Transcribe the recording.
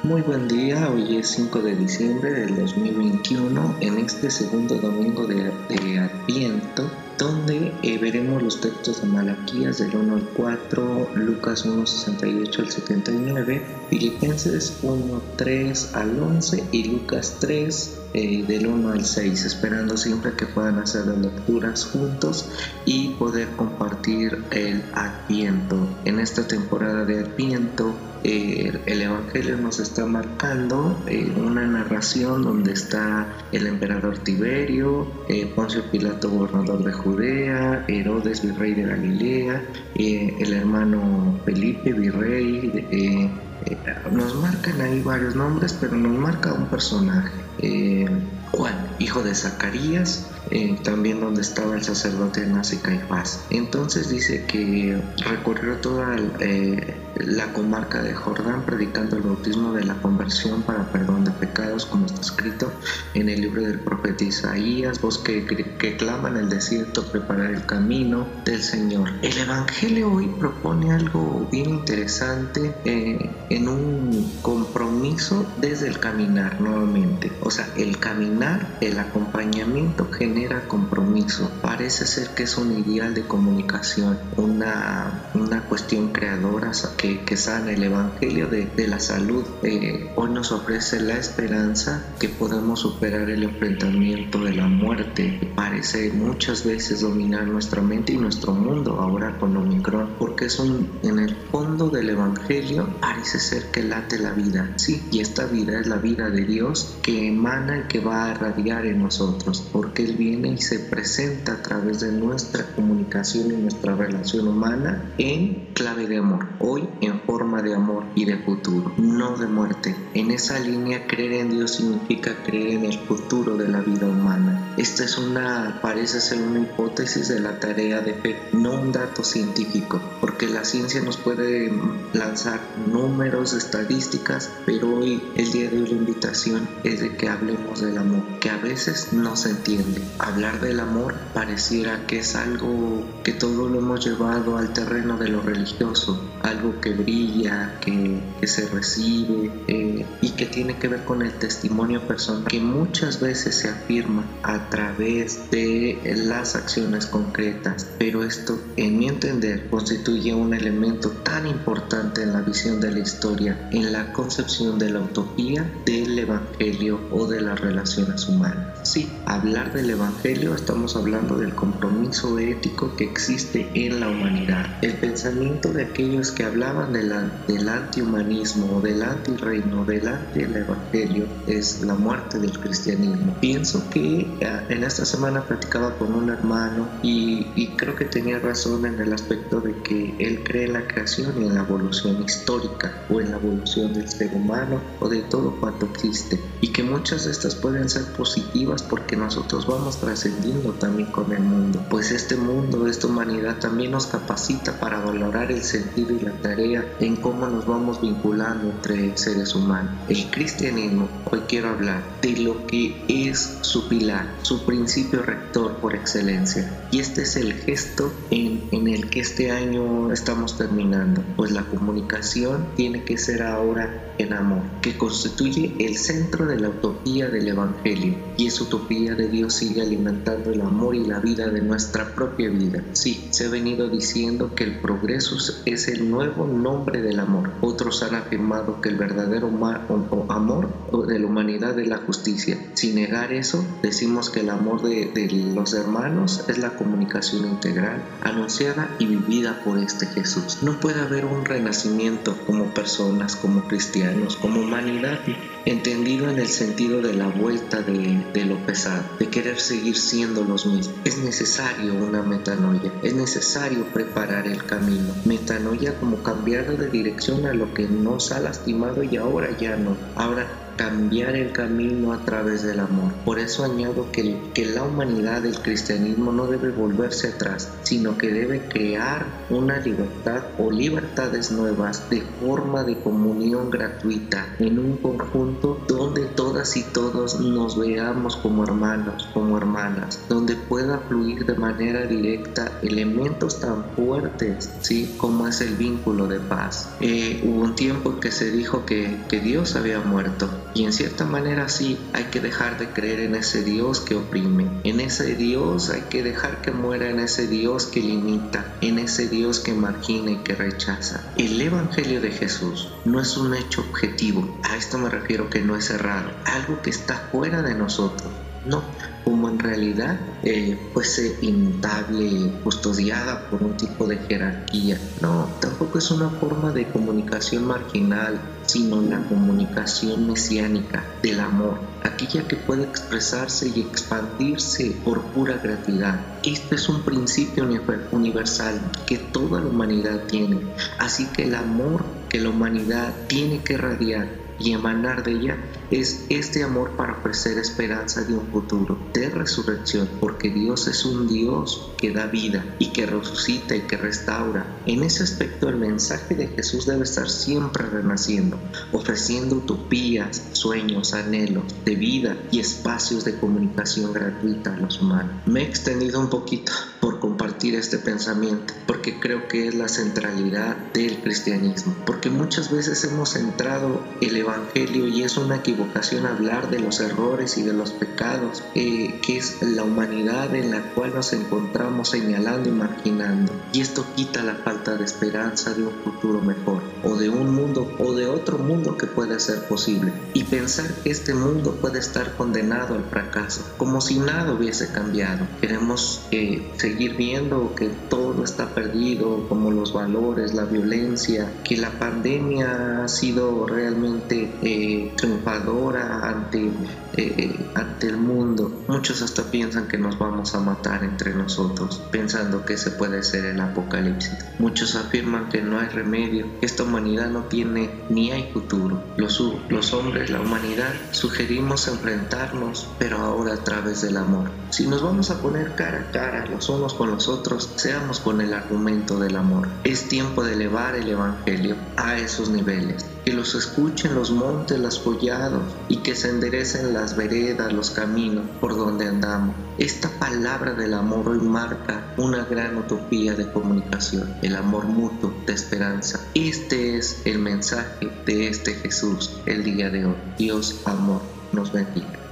Muy buen día, hoy es 5 de diciembre del 2021, en este segundo domingo de Adviento, donde veremos los textos de Malaquías del 1 al 4, Lucas 1, 68 al 79, Filipenses 1, 3 al 11 y Lucas 3, del 1 al 6, esperando siempre que puedan hacer las lecturas juntos y poder compartir el Adviento. En esta temporada de Adviento, el Evangelio nos está marcando una narración donde está el emperador Tiberio, Poncio Pilato, gobernador de Judea, Herodes, virrey de Galilea, el hermano Felipe, virrey. Nos marcan ahí varios nombres, pero nos marca un personaje, Juan, hijo de Zacarías, también donde estaba el sacerdote Anás y Caifás. Entonces dice que recorrió toda la comarca de Jordán predicando el bautismo de la conversión para perdón de pecados, como está escrito en el libro del profeta Isaías: voz que clama en el desierto, preparar el camino del Señor. El Evangelio hoy propone algo bien interesante, en un compromiso desde el caminar nuevamente. O sea, el caminar, el acompañamiento genera compromiso. Parece ser que es un ideal de comunicación, una cuestión creadora que sana. El Evangelio de la salud hoy nos ofrece la esperanza que podemos superar el enfrentamiento de la muerte, que parece muchas veces dominar nuestra mente y nuestro mundo ahora con Omicron, porque en el fondo del Evangelio parece ser que late la vida, sí, y esta vida es la vida de Dios que emana y que va a irradiar en nosotros, porque Él viene y se presenta a través de nuestra comunicación y nuestra relación humana en clave de amor, hoy en forma de amor y de futuro, no de muerte. En esa línea, creer en Dios significa creer en el futuro de la vida humana. Esta parece ser una hipótesis de la tarea de fe, no un dato científico, porque la ciencia nos puede lanzar números, estadísticas, pero hoy, el día de hoy, la invitación es de que hablemos del amor, que a veces no se entiende. Hablar del amor pareciera que es algo que todo lo hemos llevado al terreno de lo religioso, algo que brilla, que se recibe, y que tiene que ver con el testimonio personal, que muchas veces se afirma a través de las acciones concretas, pero esto, en mi entender, constituye un elemento tan importante en la visión de la historia, en la concepción de la utopía del Evangelio o de las relaciones humanas. Sí, hablar del Evangelio, estamos hablando del compromiso ético que existe en la humanidad. El pensamiento de aquellos que hablaban del antihumanismo, del antirreino, del anti-evangelio, es la muerte del cristianismo. Pienso que en esta semana platicaba con un hermano y creo que tenía razón en el aspecto de que él cree en la creación y en la evolución histórica, o en la evolución del ser humano o de todo cuanto existe, y que muchas de estas pueden ser positivas porque nosotros vamos trascendiendo también con el mundo, pues este mundo, esta humanidad también nos capacita para valorar el sentido y la tarea en cómo nos vamos vinculando entre seres humanos. El cristianismo, hoy quiero hablar de lo que es su pilar, su principio rector por excelencia, y este es el gesto en el que este año estamos terminando, pues la comunicación tiene que ser ahora en amor, que constituye el centro de la utopía del Evangelio, y esa utopía de Dios sigue alimentando el amor y la vida de nuestra propia vida. Sí, se ha venido diciendo que el progreso es el nuevo nombre del amor. Otros han afirmado que el verdadero amor de la humanidad es la justicia. Sin negar eso, decimos que el amor de los hermanos es la comunicación integral, anunciada y vivida por este Jesús. No puede haber un renacimiento como personas, como cristianos, como humanidad, entendido en el sentido de la vuelta de lo pesado, de querer seguir siendo los mismos. Es necesario una metanoia, es necesario preparar el camino. Metanoia como cambiar de dirección a lo que nos ha lastimado y ahora ya no. Ahora cambiar el camino a través del amor. Por eso añado que la humanidad del cristianismo no debe volverse atrás, sino que debe crear una libertad o libertades nuevas de forma de comunión gratuita en un conjunto donde todas y todos nos veamos como hermanos, como hermanas, donde pueda fluir de manera directa elementos tan fuertes, ¿sí?, como es el vínculo de paz. Hubo un tiempo en que se dijo que Dios había muerto, y en cierta manera sí, hay que dejar de creer en ese Dios que oprime, en ese Dios hay que dejar que muera, en ese Dios que limita, en ese Dios que margina y que rechaza. El Evangelio de Jesús no es un hecho objetivo, a esto me refiero que no es cerrado, algo que está fuera de nosotros. No, como en realidad fuese inmutable, custodiada por un tipo de jerarquía. No, tampoco es una forma de comunicación marginal, sino la comunicación mesiánica del amor, aquella que puede expresarse y expandirse por pura gratuidad. Este es un principio universal que toda la humanidad tiene, así que el amor que la humanidad tiene que irradiar y emanar de ella es este amor para ofrecer esperanza de un futuro de resurrección, porque Dios es un Dios que da vida y que resucita y que restaura. En ese aspecto el mensaje de Jesús debe estar siempre renaciendo, ofreciendo utopías, sueños, anhelos de vida y espacios de comunicación gratuita a los humanos. Me he extendido un poquito por compartir este pensamiento, porque creo que es la centralidad del cristianismo, porque muchas veces hemos centrado el Evangelio, y es una equivocación hablar de los errores y de los pecados, que es la humanidad en la cual nos encontramos señalando y marginando, y esto quita la falta de esperanza de un futuro mejor, o de un mundo, o de otro mundo que pueda ser posible, y pensar que este mundo puede estar condenado al fracaso, como si nada hubiese cambiado. Queremos seguir viendo que todo está perdido, como los valores, la violencia, que la pandemia ha sido realmente triunfadora ante el mundo. Muchos hasta piensan que nos vamos a matar entre nosotros, pensando que ese puede ser el apocalipsis. Muchos afirman que no hay remedio, que esta humanidad no tiene ni hay futuro. Los hombres, la humanidad, sugerimos enfrentarnos, pero ahora a través del amor. Si nos vamos a poner cara a cara los unos con los otros, seamos con el argumento del amor. Es tiempo de elevar el Evangelio a esos niveles, que los escuchen los montes, los collados, y que se enderecen las veredas, los caminos por donde andamos. Esta palabra del amor hoy marca una gran utopía de comunicación, el amor mutuo de esperanza. Este es el mensaje de este Jesús el día de hoy. Dios, amor, nos bendiga.